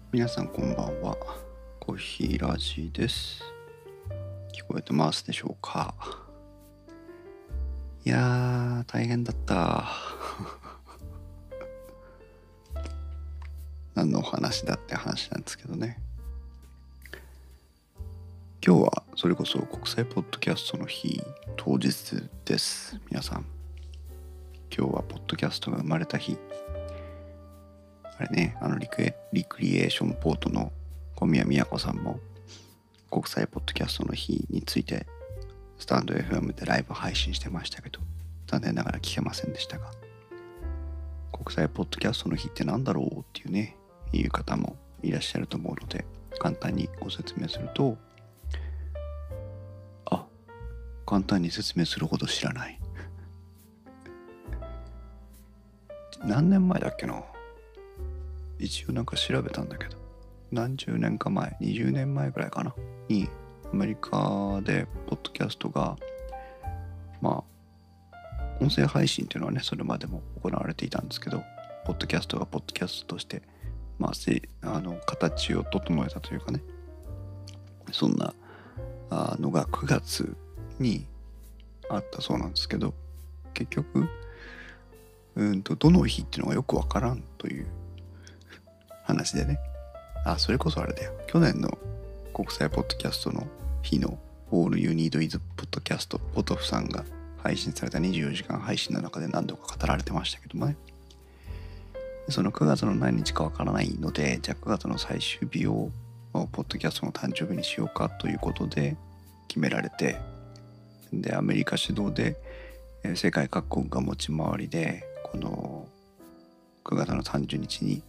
皆さんこんばんは。コーヒーラジです。聞こえてますでしょうか？いやー大変だった何のお話だって話なんですけどね。今日はそれこそ国際ポッドキャストの日当日です。皆さん、今日はポッドキャストが生まれた日。あれね、リクリエーションポートの小宮宮子さんも国際ポッドキャストの日についてスタンド FM でライブ配信してましたけど、残念ながら聞けませんでしたが、国際ポッドキャストの日って何だろうっていうね、いう方もいらっしゃると思うので、簡単にご説明すると、簡単に説明するほど知らない何年前だっけな。一応なんか調べたんだけど、何十年か前、20年前ぐらいかなに、アメリカでポッドキャストが音声配信っていうのはね、それまでも行われていたんですけど、ポッドキャストがポッドキャストとして形を整えたというかね、そんなのが9月にあったそうなんですけど、結局どの日っていうのがよくわからんという話でね。それこそあれだよ、去年の国際ポッドキャストの日の All You Need Is Podcast、 ポトフさんが配信された24時間配信の中で何度か語られてましたけどもね、その9月の何日かわからないので、じゃあ9月の最終日をポッドキャストの誕生日にしようかということで決められて、でアメリカ主導で世界各国が持ち回りで、この9月の30日に、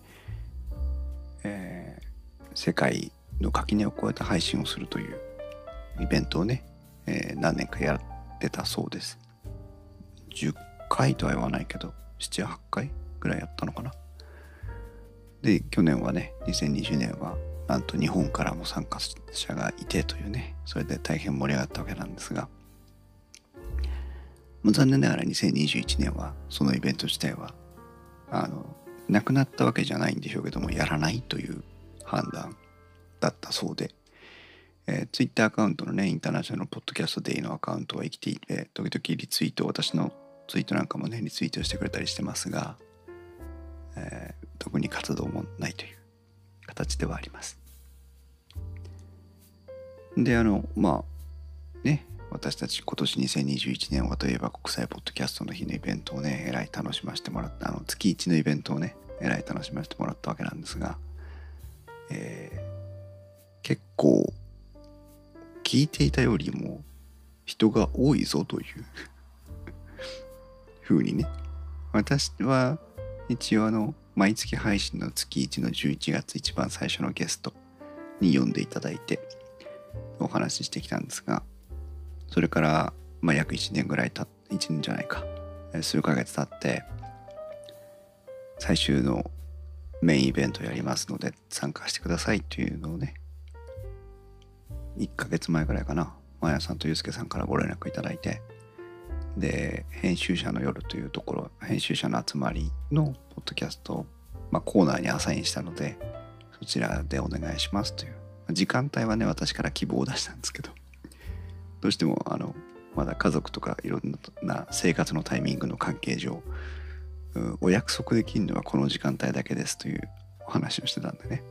世界の垣根を越えた配信をするというイベントをね、何年かやってたそうです。10回とは言わないけど 7,8 回ぐらいやったのかな。で去年はね、2020年はなんと日本からも参加者がいてというね、それで大変盛り上がったわけなんですが、もう残念ながら2021年はそのイベント自体はなくなったわけじゃないんでしょうけども、やらないという判断だったそうで、ツイッターアカウントのね、インターナショナルポッドキャストデイのアカウントは生きていて、時々リツイート、私のツイートなんかもねリツイートしてくれたりしてますが、特に活動もないという形ではあります。で私たち今年2021年はといえば国際ポッドキャストの日のイベントをね、えらい楽しませてもらった、月1のイベントをね、えらい楽しませてもらったわけなんですが、結構聞いていたよりも人が多いぞという風にね、私は一応毎月配信の月1の11月一番最初のゲストに呼んでいただいてお話ししてきたんですが、それから約1年ぐらい1年じゃないか、数ヶ月経って最終のメインイベントやりますので参加してくださいというのをね、1ヶ月前ぐらいかな、マヤさんとユうスケさんからご連絡いただいて、で編集者の夜というところ、編集者の集まりのポッドキャストを、コーナーにアサインしたので、そちらでお願いしますという時間帯はね、私から希望を出したんですけど、どうしてもまだ家族とかいろんな生活のタイミングの関係上、お約束できるのはこの時間帯だけですというお話をしてたんでね。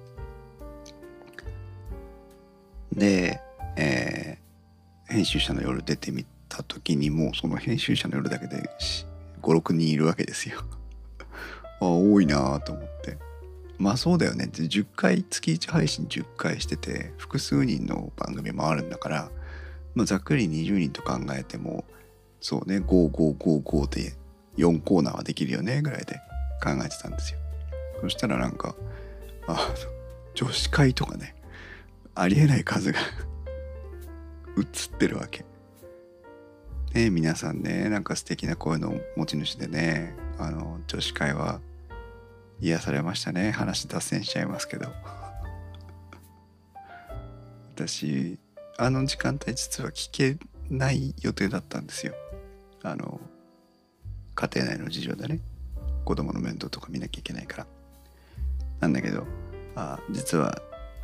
で、編集者の夜出てみた時にもうその編集者の夜だけで5、6人いるわけですよ多いなと思って、そうだよね、10回月1配信10回してて複数人の番組もあるんだから、ざっくり20人と考えても、そうね、5555で4コーナーはできるよねぐらいで考えてたんですよ。そしたらなんか女子会とかね、ありえない数が映ってるわけね。皆さんね、なんか素敵な声の持ち主でね、女子会は癒されましたね。話脱線しちゃいますけど私時間帯実は聞けない予定だったんですよ。家庭内の事情でね、子供の面倒とか見なきゃいけないから。なんだけど実は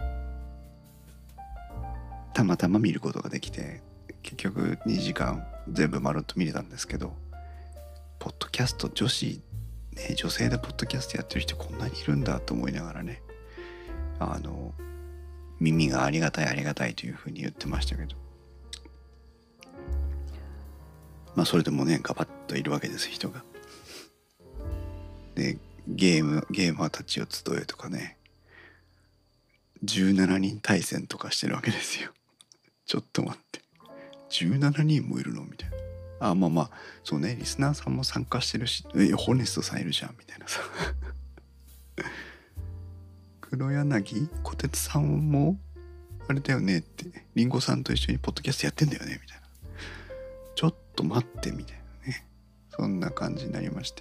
たまたま見ることができて、結局2時間全部まるっと見れたんですけど、ポッドキャスト女性でポッドキャストやってる人こんなにいるんだと思いながらね、耳がありがたいというふうに言ってましたけど、それでもねガバッといるわけです人が。でゲーマーたちを集えとかね、17人対戦とかしてるわけですよ。ちょっと待って、17人もいるのみたいな。そうね、リスナーさんも参加してるし、ホネストさんいるじゃんみたいなさ。黒柳小鉄さんもあれだよねって、リンゴさんと一緒にポッドキャストやってんだよねみたいな。ちょっと待ってみたいなね、そんな感じになりまして、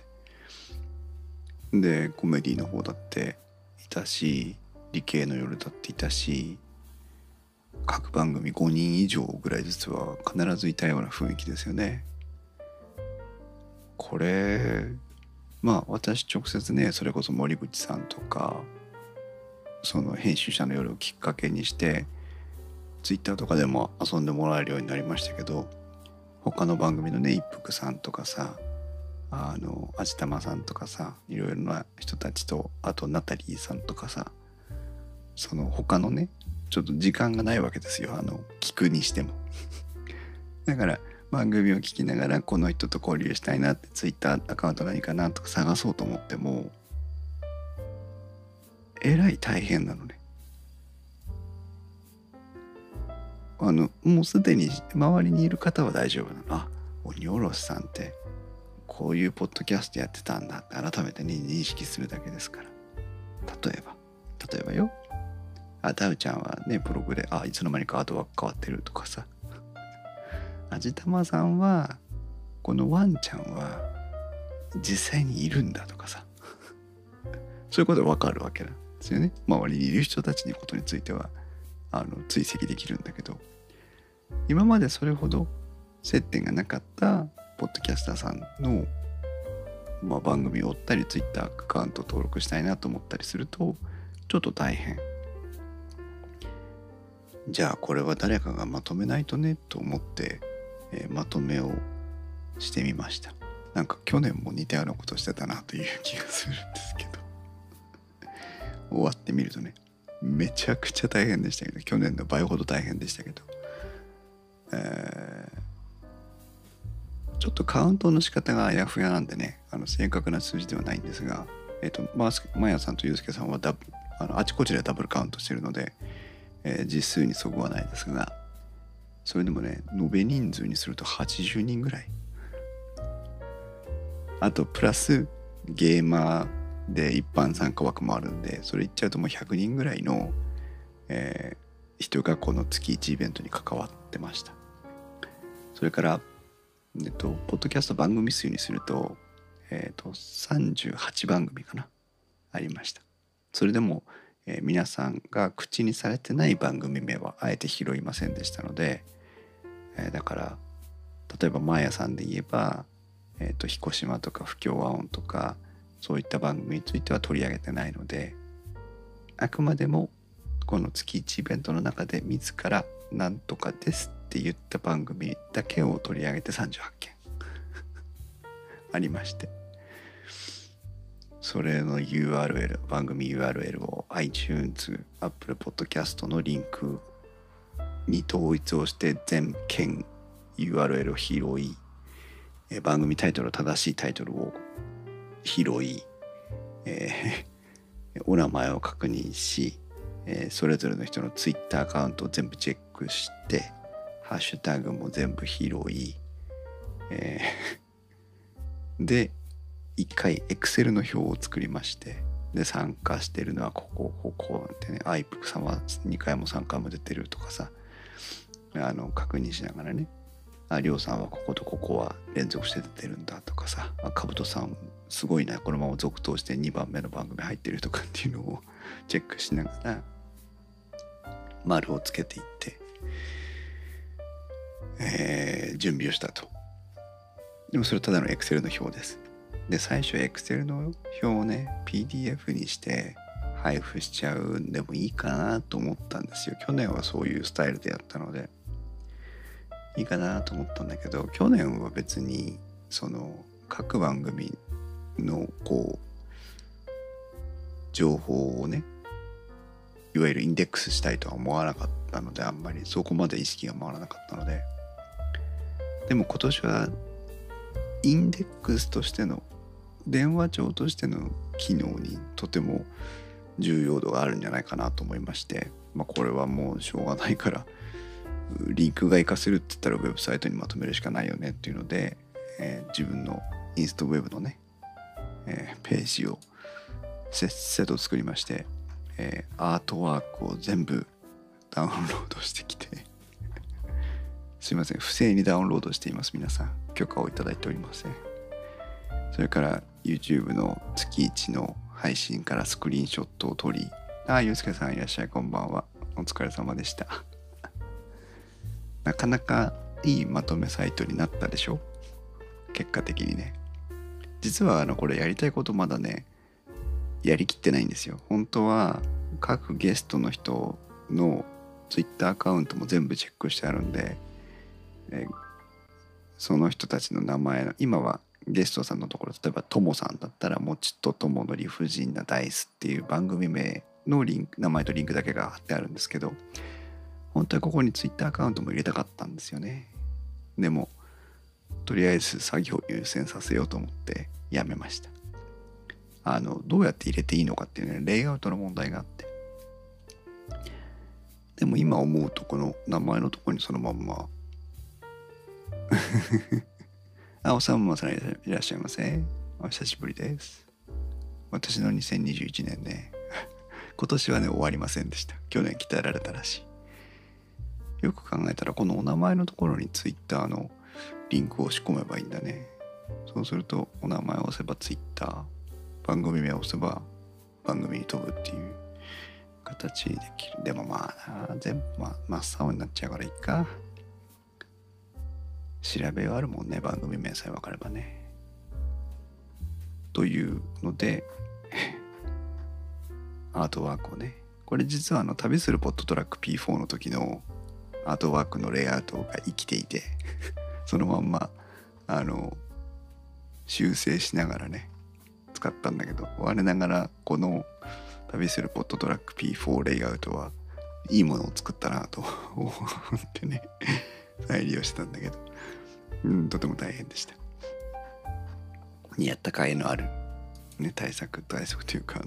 でコメディの方だっていたし、理系の夜だっていたし、各番組5人以上ぐらいずつは必ずいたような雰囲気ですよね。これ私直接ね、それこそ森口さんとかその編集者の夜をきっかけにしてツイッターとかでも遊んでもらえるようになりましたけど、他の番組のね、一服さんとかさ、味玉さんとかさ、いろいろな人たちと、あとナタリーさんとかさ、その他のね、ちょっと時間がないわけですよ、聞くにしても。だから番組を聞きながらこの人と交流したいなって、ツイッターアカウント何かなとか探そうと思ってもえらい大変なのね。もうすでに周りにいる方は大丈夫なの。鬼おろしさんってこういうポッドキャストやってたんだって改めて、ね、認識するだけですから。例えばよ、ダウちゃんはねブログでいつの間にかアートワーク変わってるとかさ、味玉さんはこのワンちゃんは実際にいるんだとかさ、そういうことが分かるわけなんですよね。周りにいる人たちのことについては追跡できるんだけど、今までそれほど接点がなかったポッドキャスターさんの、番組を追ったりツイッターアカウントを登録したいなと思ったりするとちょっと大変。じゃあこれは誰かがまとめないとねと思って、まとめをしてみました。なんか去年も似たようなことしてたなという気がするんですけど終わってみるとね、めちゃくちゃ大変でしたけど、去年の倍ほど大変でしたけど、ちょっとカウントの仕方があやふやなんでね、正確な数字ではないんですが、マヤさんとユうスケさんはあちこちでダブルカウントしてるので、実数にそぐわないですが、それでもね、延べ人数にすると80人ぐらい、あとプラスゲーマーで一般参加枠もあるんで、それ言っちゃうともう100人ぐらいの、人がこの月1イベントに関わってました。それからポッドキャスト番組数にすると、38番組かなありました。それでも、皆さんが口にされてない番組名はあえて拾いませんでしたので、だから例えばマーヤさんで言えば、彦島とか不協和音とかそういった番組については取り上げてないので、あくまでもこの月1イベントの中で自らなんとかですって言った番組だけを取り上げて38件ありまして、それの URL、番組 URL を iTunes、Apple Podcast のリンクに統一をして全件 URL を拾い、番組タイトル、正しいタイトルを拾い、お名前を確認し、それぞれの人の Twitter アカウントを全部チェックして、ハッシュタグも全部拾い、で一回 Excel の表を作りまして、で参加してるのはここってね、アイプさんは2回も3回も出てるとかさ、確認しながらね、りょうさんはこことここは連続して出てるんだとかさ、かぶとさんすごいな、このまま続投して2番目の番組入ってるとかっていうのをチェックしながら丸をつけていって、準備をしたと。でもそれただの Excel の表です。で最初 Excel の表をね PDF にして配布しちゃうんでもいいかなと思ったんですよ。去年はそういうスタイルでやったのでいいかなと思ったんだけど、去年は別にその各番組のこう情報をね、いわゆるインデックスしたいとは思わなかったので、あんまりそこまで意識が回らなかったので。でも今年はインデックスとしての、電話帳としての機能にとても重要度があるんじゃないかなと思いまして、これはもうしょうがないから、リンクが活かせるって言ったらウェブサイトにまとめるしかないよねっていうので、自分のインストウェブのね、ページをせっせと作りまして、アートワークを全部ダウンロードしてきてすいません、不正にダウンロードしています。皆さん許可をいただいておりません。それから YouTube の月1の配信からスクリーンショットを撮り、ゆうすけさんいらっしゃい、こんばんは、お疲れ様でしたなかなかいいまとめサイトになったでしょ、結果的にね。実はこれやりたいことまだねやりきってないんですよ。本当は各ゲストの人の Twitter アカウントも全部チェックしてあるんで、その人たちの名前の、今はゲストさんのところ、例えばともさんだったらもちとともの理不尽なダイスっていう番組名の名前とリンクだけが貼ってあるんですけど、本当はここに Twitter アカウントも入れたかったんですよね。でもとりあえず作業を優先させようと思ってやめました。どうやって入れていいのかっていうね、レイアウトの問題があって、でも今思うとこの名前のところにそのまんまおさんまさんいらっしゃいませ。お久しぶりです。私の2021年ね今年はね終わりませんでした。去年鍛えられたらしい。よく考えたらこのお名前のところに Twitter のリンクを押し込めばいいんだね。そうするとお名前を押せば Twitter、番組名を押せば番組に飛ぶっていう形にできる。でも全部真っ青になっちゃうからいいか。調べはあるもんね、番組名さえ分かればね。というのでアートワークをね、これ実は旅するポットトラック P4 の時のアートワークのレイアウトが生きていてそのまんま修正しながらね使ったんだけど、我ながらこの旅するポットトラック P4 レイアウトはいいものを作ったなと思ってね再利用してたんだけど、とても大変でした。やった甲斐のある、ね、対策というか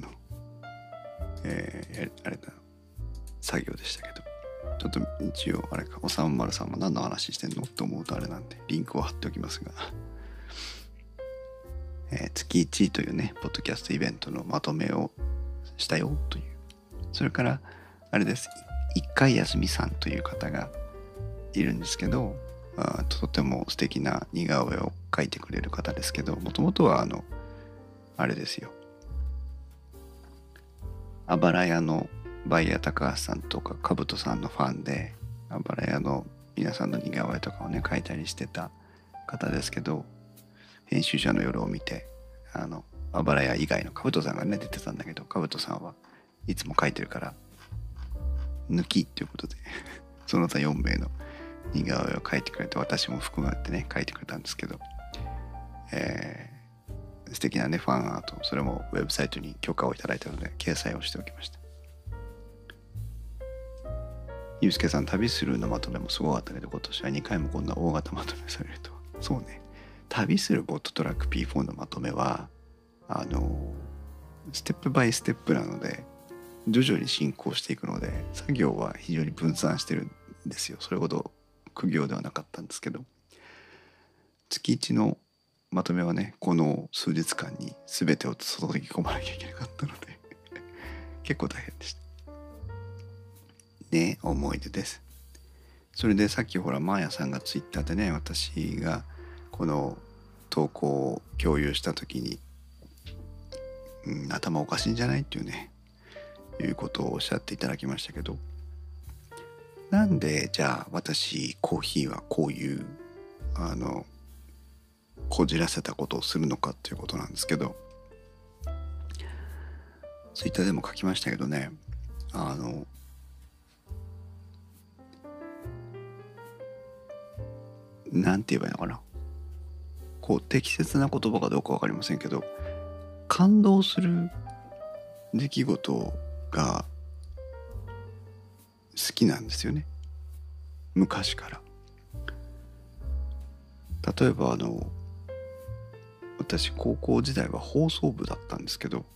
あれだ作業でしたけど、ちょっと一応あれか、おさんまるさんも何の話してんのって思うとあれなんでリンクを貼っておきますが、月1というねポッドキャストイベントのまとめをしたよという。それからあれです、一回休みさんという方がいるんですけど、とても素敵な似顔絵を描いてくれる方ですけど、もともとはあれですよ、あばら屋のバイヤー高橋さんとかかぶとさんのファンで、あばら屋の皆さんの似顔絵とかをね描いたりしてた方ですけど、編集者の夜を見てあばら屋以外のかぶとさんがね出てたんだけど、かぶとさんはいつも描いてるから抜きということでその他4名の似顔絵を描いてくれて、私も含まれてね描いてくれたんですけど、素敵なねファンアート、それもウェブサイトに許可をいただいたので掲載をしておきました。ゆうすけさん、旅するのまとめもすごかったけど、今年は2回もこんな大型まとめされるとは。そうね、旅するボットトラック P4 のまとめはステップバイステップなので徐々に進行していくので、作業は非常に分散してるんですよ。それほど苦行ではなかったんですけど、月1のまとめはねこの数日間に全てを注ぎ込まなきゃいけなかったので結構大変でしたね。思い出です。それでさっきほらマーヤさんがツイッターでね、私がこの投稿を共有した時に、頭おかしいんじゃないっていうねいうことをおっしゃっていただきましたけど、なんでじゃあ私コーヒーはこういうこじらせたことをするのかっていうことなんですけど、 ツイッターでも書きましたけどね、なんて言えばいいのかな、こう適切な言葉かどうか分かりませんけど、感動する出来事が好きなんですよね、昔から。例えば私高校時代は放送部だったんですけど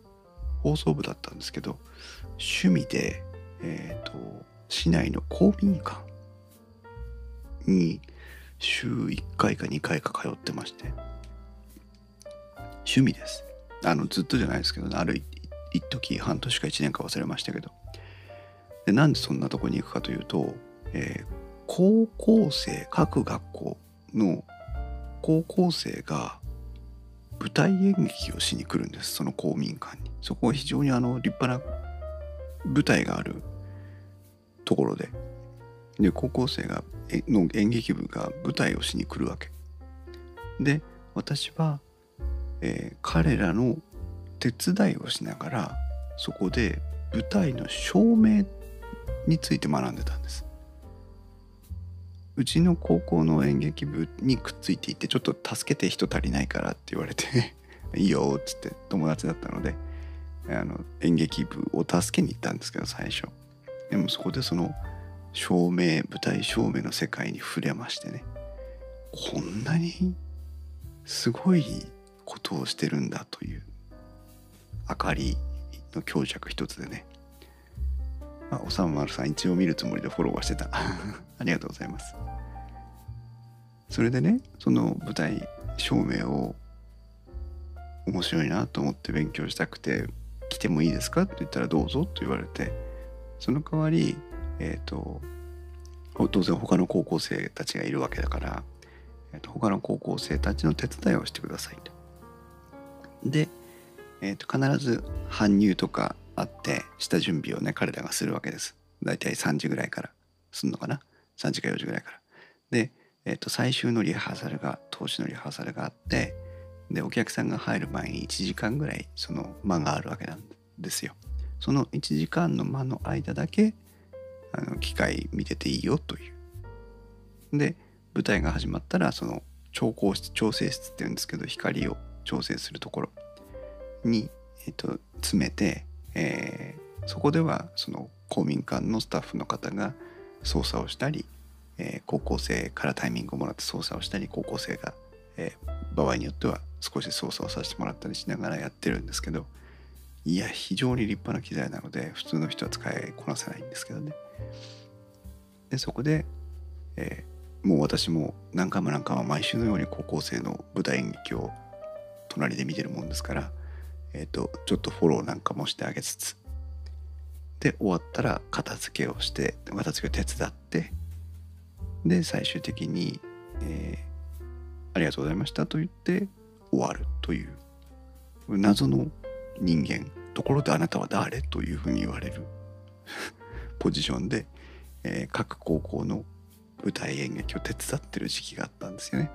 趣味で市内の公民館に週1回か2回か通ってまして、趣味です。ずっとじゃないですけどね、一時半年か1年か忘れましたけど。で、なんでそんなとこに行くかというと、高校生、各学校の高校生が舞台演劇をしに来るんです、その公民館に。そこは非常に立派な舞台があるところで、高校生の演劇部が舞台をしに来るわけで、私は、彼らの手伝いをしながらそこで舞台の照明について学んでたんです。うちの高校の演劇部にくっついていて、ちょっと助けて人足りないからって言われていいよっつって、友達だったので演劇部を助けに行ったんですけど、最初。でもそこでその舞台照明の世界に触れましてね、こんなにすごいことをしてるんだという、明かりの強弱一つでね。おさまるさん一応見るつもりでフォローはしてたありがとうございます。それでね、その舞台照明を面白いなと思って勉強したくて、来てもいいですかって言ったらどうぞと言われて、その代わり当然他の高校生たちがいるわけだから、他の高校生たちの手伝いをしてくださいと。で、必ず搬入とかあって下準備をね、彼らがするわけです。だいたい3時ぐらいからすんのかな、3時か4時ぐらいから。で、最終のリハーサルが、投資のリハーサルがあって、でお客さんが入る前に1時間ぐらいその間があるわけなんですよ。その1時間の間の間だけ機械見てていいよという。で舞台が始まったら、その調整室っていうんですけど、光を調整するところに、詰めて、そこではその公民館のスタッフの方が操作をしたり、高校生からタイミングをもらって操作をしたり、高校生が、場合によっては少し操作をさせてもらったりしながらやってるんですけど、いや非常に立派な機材なので普通の人は使いこなせないんですけどね。でそこで、もう私も何回も毎週のように高校生の舞台演劇を隣で見てるもんですから、ちょっとフォローなんかもしてあげつつ、で終わったら片付けを手伝って、で最終的に、ありがとうございましたと言って終わるという謎の人間。ところであなたは誰というふうに言われるポジションで、各高校の舞台演劇を手伝ってる時期があったんですよね。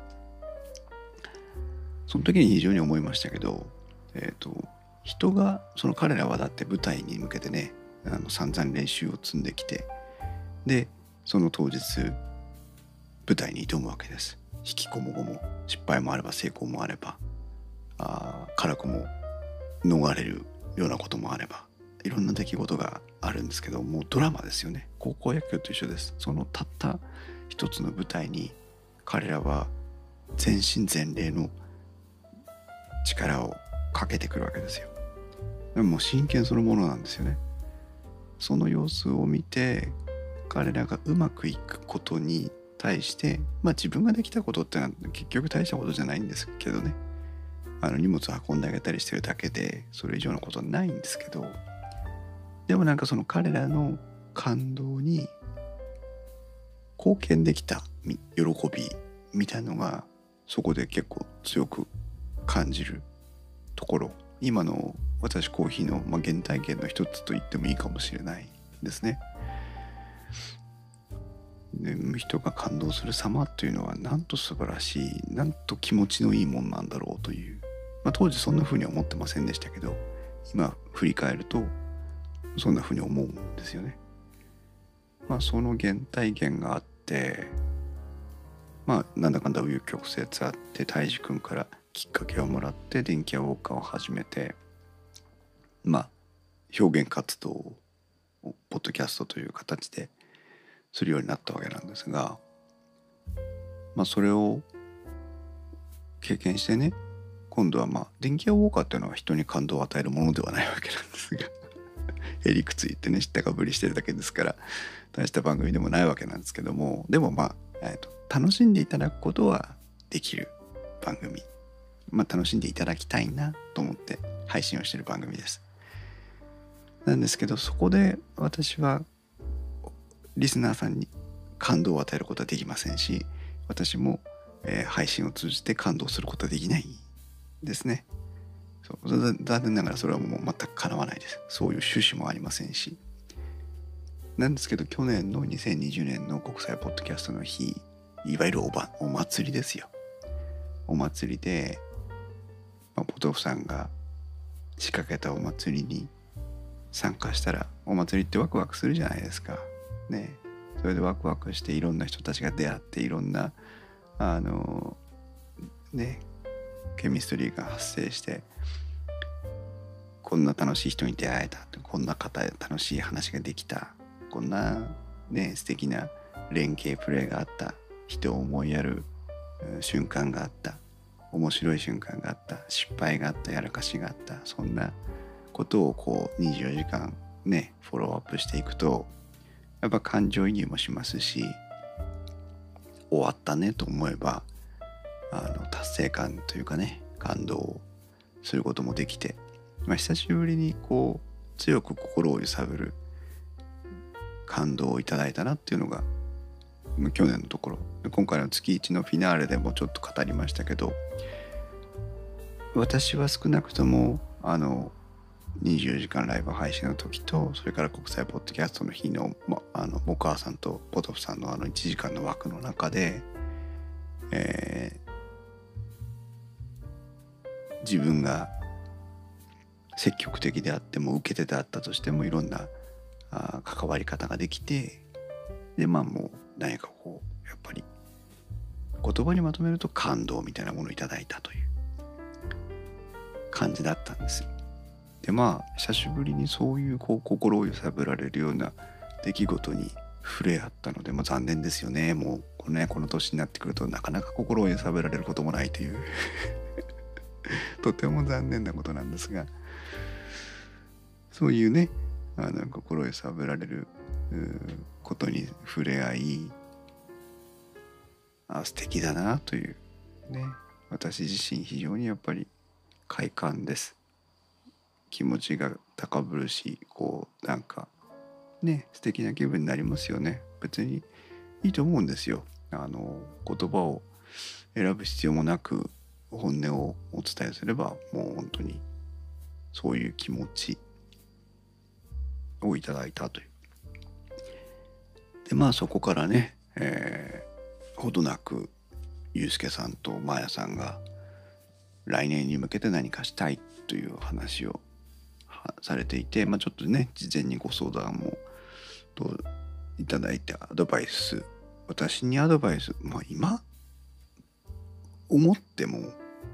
その時に非常に思いましたけど、人が、その彼らはだって舞台に向けてね、散々練習を積んできて、でその当日舞台に挑むわけです。引きこもごも、失敗もあれば成功もあれば、辛くも逃れるようなこともあれば、いろんな出来事があるんですけど、もうドラマですよね。高校野球と一緒です。そのたった一つの舞台に彼らは全身全霊の力をかけてくるわけですよ。でも真剣そのものなんですよね。その様子を見て、彼らがうまくいくことに対して、自分ができたことってのは結局大したことじゃないんですけどね。荷物を運んであげたりしてるだけで、それ以上のことはないんですけど、でもその彼らの感動に貢献できた喜びみたいなのが、そこで結構強く感じるところ、今の私コーヒーの原体験の一つと言ってもいいかもしれないですね。で人が感動する様というのはなんと素晴らしい、なんと気持ちのいいもんなんだろうという、当時そんな風には思ってませんでしたけど、 今振り返るとそんな風に思うんですよね。その原体験があって、なんだかんだ紆余曲折あって、たいじくんからきっかけをもらって電気屋ウォーカーを始めて、表現活動をポッドキャストという形でするようになったわけなんですが、それを経験してね、今度は電気屋ウォーカーっていうのは人に感動を与えるものではないわけなんですがへりくついてね、知ったかぶりしてるだけですから大した番組でもないわけなんですけども、でも楽しんでいただくことはできる番組、楽しんでいただきたいなと思って配信をしている番組です。なんですけど、そこで私はリスナーさんに感動を与えることはできませんし、私も、配信を通じて感動することはできないですね。残念ながらそれはもう全く叶わないです。そういう趣旨もありませんし。なんですけど、去年の2020年の国際ポッドキャストの日、いわゆるお祭りですよ。お祭りで、ポトフさんが仕掛けたお祭りに参加したら、お祭りってワクワクするじゃないですか。ね。それでワクワクしていろんな人たちが出会って、いろんなケミストリーが発生して、こんな楽しい人に出会えた、こんな楽しい話ができた、こんな素敵な連携プレーがあった、人を思いやる瞬間があった、面白い瞬間があった、失敗があった、やらかしがあった、そんなことを24時間フォローアップしていくと、やっぱ感情移入もしますし、終わったねと思えば達成感というか感動することもできて、久しぶりに強く心を揺さぶる感動をいただいたなっていうのが去年のところで、今回の月1のフィナーレでもちょっと語りましたけど、私は少なくとも24時間ライブ配信の時と、それから国際ポッドキャストの日のモカーさんとポトフさんの1時間の枠の中で、自分が積極的であっても受け手であったとしても、いろんな関わり方ができて、でもう何かやっぱり言葉にまとめると感動みたいなものをいただいたという感じだったんです。で久しぶりにそういう心を揺さぶられるような出来事に触れ合ったので、残念ですよね。もうこの年になってくるとなかなか心を揺さぶられることもないというとても残念なことなんですが、そういう心を揺さぶられることに触れ合い、素敵だなという私自身非常にやっぱり快感です。気持ちが高ぶるし、素敵な気分になりますよね。別にいいと思うんですよ。言葉を選ぶ必要もなく本音をお伝えすれば、もう本当にそういう気持ちをいただいたという。でそこからほどなくゆうすけさんとまやさんが来年に向けて何かしたいという話をされていて、ちょっと事前にご相談もいただいて、私にアドバイス、今思っても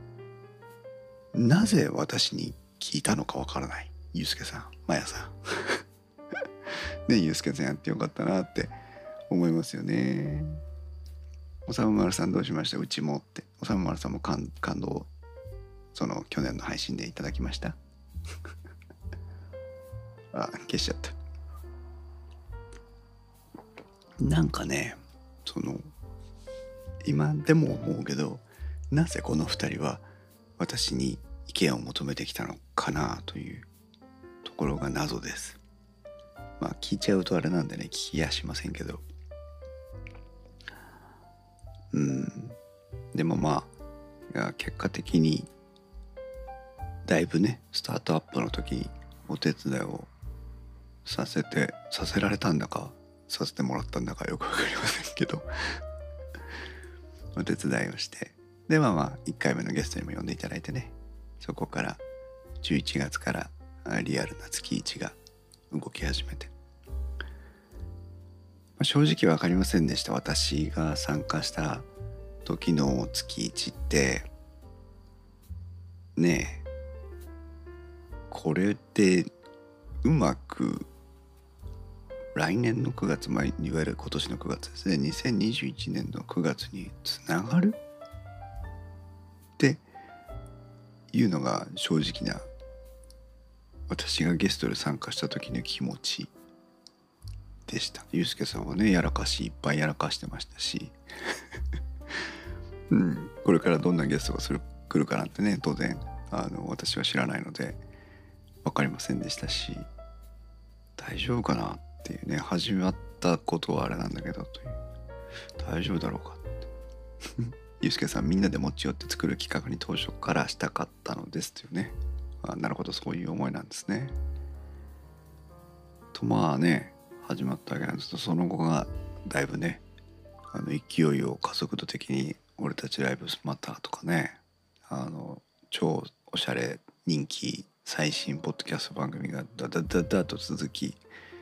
なぜ私に聞いたのかわからないゆうすけさん、まやさんゆうすけさんやってよかったなって思いますよね。おさむまるさんどうしました？うちもって。おさむまるさんも感動去年の配信でいただきました消しちゃった。今でも思うけど、なぜこの二人は私に意見を求めてきたのかなというところが謎です。聞いちゃうとあれなんで聞きやしませんけど、でも結果的にだいぶスタートアップの時にお手伝いをさせられたんだかさせてもらったんだかよくわかりませんけどお手伝いをして、で1回目のゲストにも呼んでいただいてそこから11月からリアルな月1が動き始めて、正直分かりませんでした。私が参加した時の月1ってねえ、これってうまく来年の9月、いわゆる今年の9月ですね、2021年の9月につながるっていうのが正直な私がゲストで参加した時の気持ちでした。ゆうすけさんはね、いっぱいやらかしてましたしこれからどんなゲストが来るかなんてね、当然私は知らないので分かりませんでしたし、大丈夫かなっていうね、始まったことはあれなんだけどという、大丈夫だろうかってゆうすけさん、みんなで持ち寄って作る企画に当初からしたかったのですというね。なるほど、そういう思いなんですね。と始まったわけなんですけど、その後がだいぶね、勢いを加速度的に俺たちライブスマターとかね、超おしゃれ人気最新ポッドキャスト番組がダダダダと続き、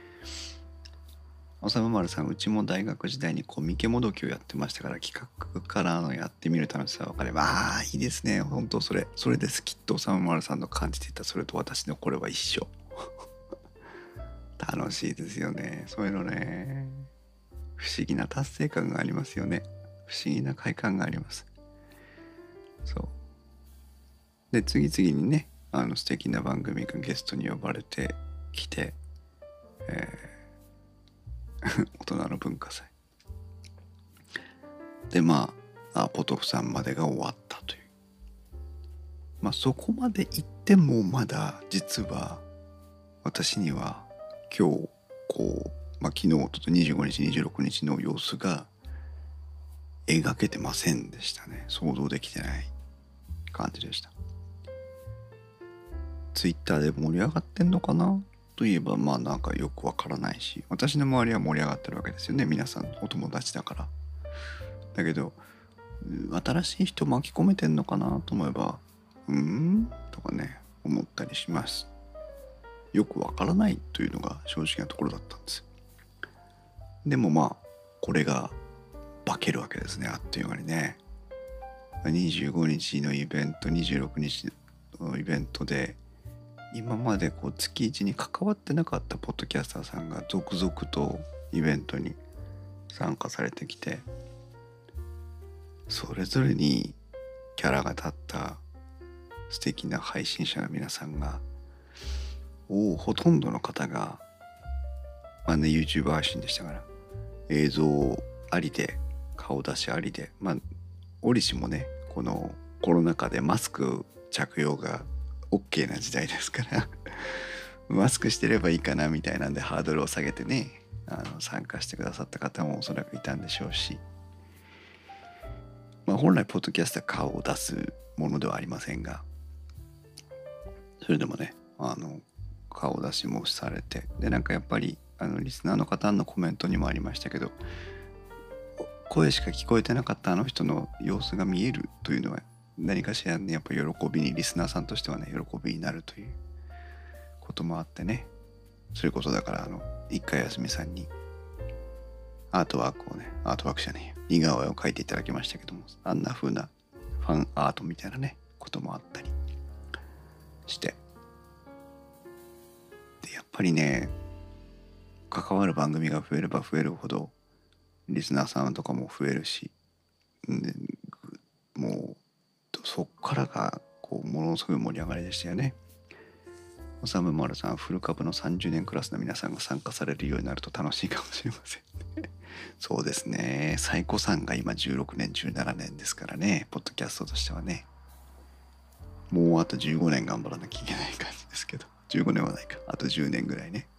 おさむまるさん、うちも大学時代にコミケもどきをやってましたから、企画からやってみる楽しさは分かれば、いいですね。本当それですきっとおさむまるさんの感じていたそれと私のこれは一緒楽しいですよね、そういうのね。不思議な達成感がありますよね。不思議な快感があります。そうで、次々にね、素敵な番組がゲストに呼ばれてきて、大人の文化祭でポトフさんまでが終わったという、そこまで行ってもまだ実は私には今日昨日と25日26日の様子が描けてませんでしたね。想像できてない感じでした。ツイッターで盛り上がってんのかなといえばなんかよくわからないし、私の周りは盛り上がってるわけですよね。皆さんお友達だから。だけど新しい人巻き込めてんのかなと思えばとかね、思ったりします。よくわからないというのが正直なところだったんです。でもこれが化けるわけですね、あっという間にね。25日のイベント、26日のイベントで今まで月1に関わってなかったポッドキャスターさんが続々とイベントに参加されてきて、それぞれにキャラが立った素敵な配信者の皆さんが、ほとんどの方がYouTube 配信でしたから、映像ありで顔出しありで、折しもね、このコロナ禍でマスク着用が OK な時代ですからマスクしてればいいかなみたいなんでハードルを下げてね、参加してくださった方もおそらくいたんでしょうし、本来ポッドキャストは顔を出すものではありませんが、それでもね、顔出しもされて、でやっぱりリスナーの方のコメントにもありましたけど、声しか聞こえてなかったあの人の様子が見えるというのは何かしらね、やっぱ喜びに、リスナーさんとしてはね、喜びになるということもあってね、それこそだから一回休みさんにアートワークじゃねえ、似顔絵を描いていただきましたけども、あんな風なファンアートみたいなねこともあったりして、でやっぱりね、関わる番組が増えれば増えるほどリスナーさんとかも増えるし、でもうそっからがものすごい盛り上がりでしたよね。おさむまるさん、フル株の30年クラスの皆さんが参加されるようになると楽しいかもしれませんそうですね、最古さんが今16年17年ですからね、ポッドキャストとしてはね、もうあと15年頑張らなきゃいけない感じですけど、15年はないか、あと10年ぐらいね。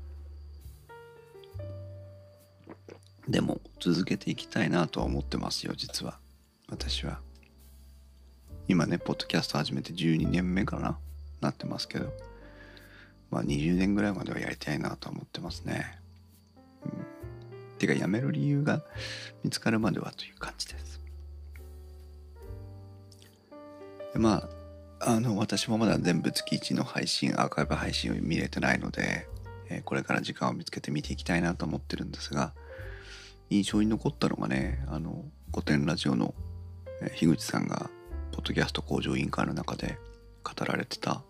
でも続けていきたいなとは思ってますよ、実は。私は今ね、ポッドキャスト始めて12年目かなってますけど、20年ぐらいまではやりたいなと思ってますね。てかやめる理由が見つかるまではという感じです。で私もまだ全部月1の配信、アーカイブ配信を見れてないので、これから時間を見つけて見ていきたいなと思ってるんですが、印象に残ったのがね、古典ラジオの樋口さんがポッドキャスト向上委員会の中で語られてた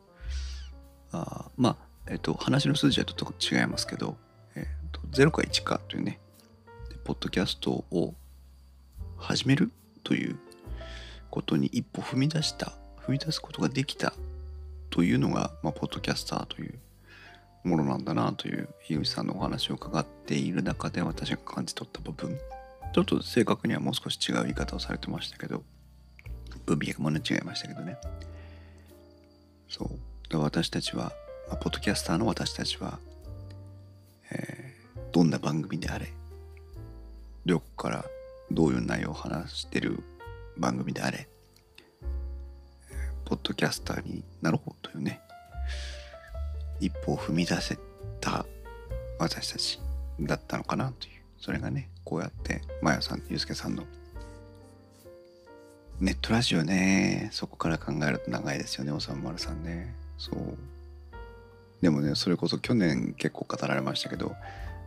話の数字はちょっと違いますけど、0か1かというね、ポッドキャストを始めるということに一歩踏み出すことができたというのが、ポッドキャスターというものなんだなという樋口さんのお話を伺っている中で私が感じ取った部分、ちょっと正確にはもう少し違う言い方をされてましたけど、文脈もね違いましたけどね。そうで、私たちは、ポッドキャスターの私たちは、どんな番組であれ、どこからどういう内容を話してる番組であれ、ポッドキャスターになろうというね、一歩を踏み出せた私たちだったのかなという、それがね、こうやってまやさん、ゆうすけさんのネットラジオね、そこから考えると長いですよね、おさんまるさんね。そうでもね、それこそ去年結構語られましたけど、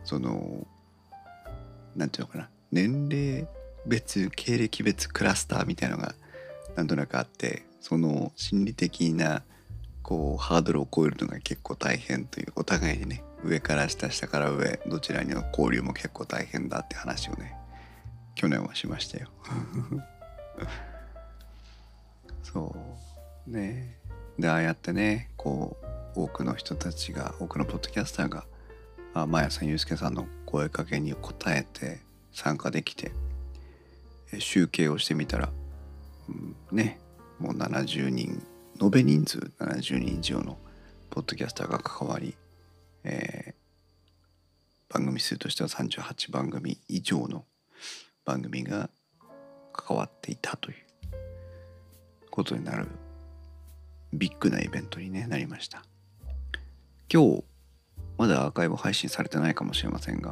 なんていうのかな、年齢別、経歴別クラスターみたいなのがなんとなくあって、その心理的なハードルを超えるのが結構大変という、お互いにね、上から下、下から上、どちらにの交流も結構大変だって話をね、去年はしましたよ。そうね。で、ああやってね、多くの人たちが、多くのポッドキャスターがまやさん、ゆうすけさんの声かけに応えて参加できて、集計をしてみたら、ね、もう70人、延べ人数70人以上のポッドキャスターが関わり、番組数としては38番組以上の番組が関わっていたということになるビッグなイベントに、なりました。今日まだアーカイブ配信されてないかもしれませんが、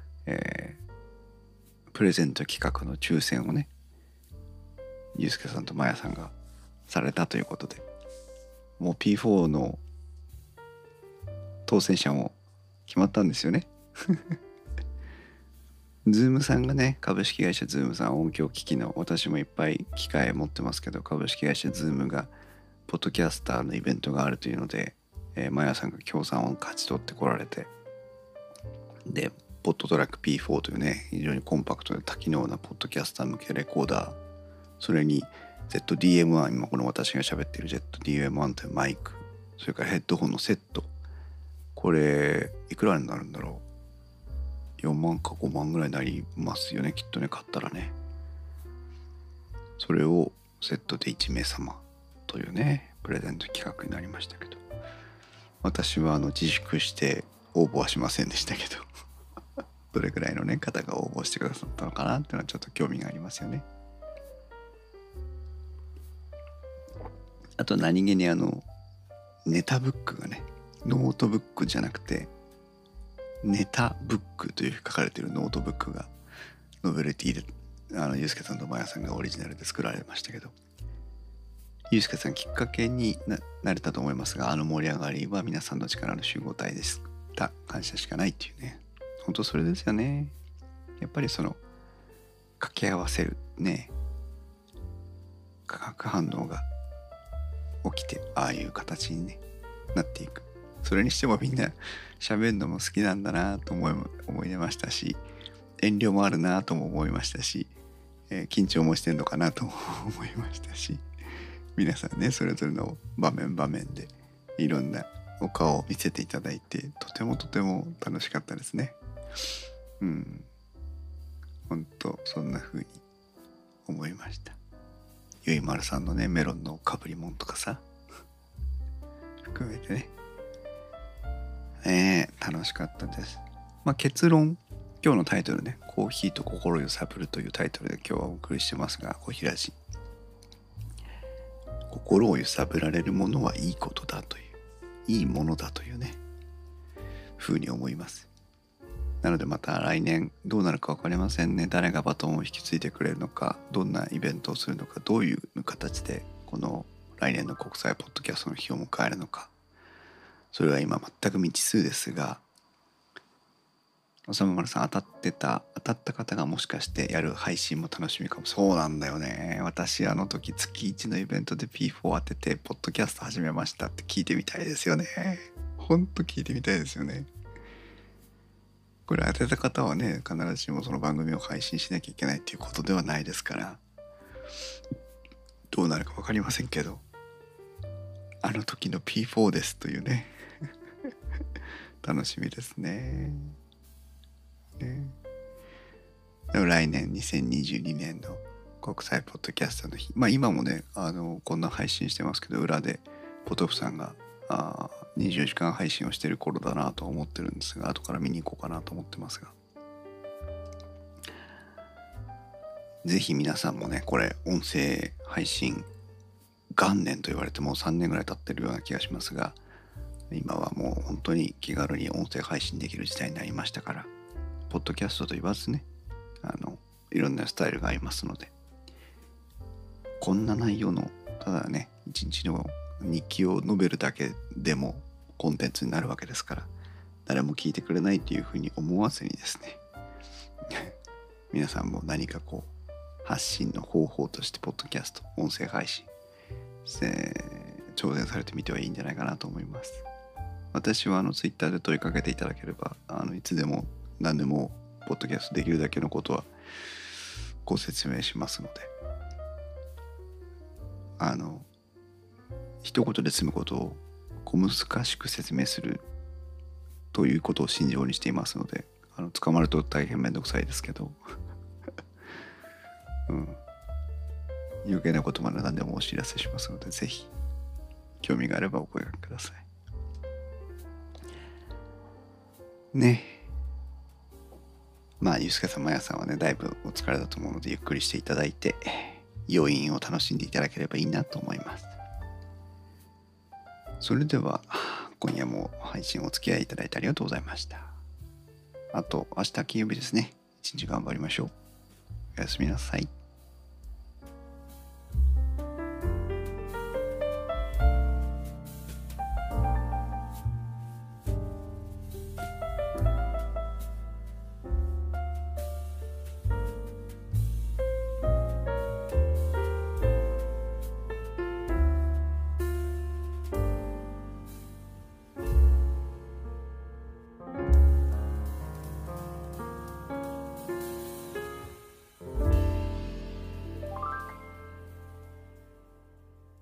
プレゼント企画の抽選をね、ゆうすけさんとまやさんがされたということで、もう P4 の当選者も決まったんですよね。ズームさんがね、株式会社ズームさん、音響機器の、私もいっぱい機械持ってますけど、株式会社ズームがポッドキャスターのイベントがあるというので、マヤさんが協賛を勝ち取ってこられて、でポッドトラック P4 というね、非常にコンパクトで多機能なポッドキャスター向けレコーダー、それに ZDM1、今この私が喋っている ZDM1 というマイク、それからヘッドホンのセット、これいくらになるんだろう、4万か5万ぐらいになりますよね、きっとね、買ったらね。それをセットで1名様というね、プレゼント企画になりましたけど、私は自粛して応募はしませんでしたけどどれくらいのね方が応募してくださったのかなっていうのはちょっと興味がありますよね。あと何気にネタブックがね、ノートブックじゃなくてネタブックという書かれているノートブックがノベルティでゆうすけさんとまやさんがオリジナルで作られましたけど、ゆうすけさんきっかけに なれたと思いますが、盛り上がりは皆さんの力の集合体でした。感謝しかないっていうね、本当それですよね。やっぱり掛け合わせるね、化学反応が起きて、ああいう形に、なっていく。それにしてもみんな喋るのも好きなんだなと思いましたし、遠慮もあるなとも思いましたし、緊張もしてんのかなとも思いましたし、皆さんね、それぞれの場面場面でいろんなお顔を見せていただいて、とてもとても楽しかったですね。本当そんな風に思いました。ゆいまるさんのね、メロンのかぶりもんとかさ含めてね、楽しかったです。結論、今日のタイトルね、コーヒーと心揺さぶるというタイトルで今日はお送りしてますが、コヒラジ、心を揺さぶられるものはいいことだという、いいものだというね、風に思います。なのでまた来年どうなるか分かりませんね。誰がバトンを引き継いでくれるのか、どんなイベントをするのか、どういう形でこの来年の国際ポッドキャストの日を迎えるのか、それは今全く未知数ですが、おさまるさん当たった方がもしかしてやる配信も楽しみかも。そうなんだよね。私あの時月1のイベントで P4 当ててポッドキャスト始めましたって聞いてみたいですよね。ほんと聞いてみたいですよね。これ当てた方はね、必ずしもその番組を配信しなきゃいけないっていうことではないですから、どうなるか分かりませんけど、あの時の P4 ですというね楽しみですね。でも来年2022年の国際ポッドキャストの日、今もねこんな配信してますけど、裏でポトフさんが24時間配信をしてる頃だなと思ってるんですが、後から見に行こうかなと思ってますが、ぜひ皆さんもね、これ音声配信元年と言われてもう3年ぐらい経ってるような気がしますが、今はもう本当に気軽に音声配信できる時代になりましたから、ポッドキャストと言わずね、いろんなスタイルがありますので、こんな内容のただね一日の日記を述べるだけでもコンテンツになるわけですから、誰も聞いてくれないというふうに思わずにですね皆さんも何かこう発信の方法としてポッドキャスト、音声配信挑戦されてみてはいいんじゃないかなと思います。私はツイッターで問いかけていただければいつでも何でもポッドキャストできるだけのことはご説明しますので、一言で済むことを小難しく説明するということを信条にしていますので、捕まると大変めんどくさいですけど余計なことまで何でもお知らせしますので、ぜひ興味があればお声掛けくださいね。ゆうすけさん、まやさんはねだいぶお疲れだと思うので、ゆっくりしていただいて余韻を楽しんでいただければいいなと思います。それでは今夜も配信お付き合いいただいてありがとうございました。あと明日金曜日ですね、一日頑張りましょう。おやすみなさい。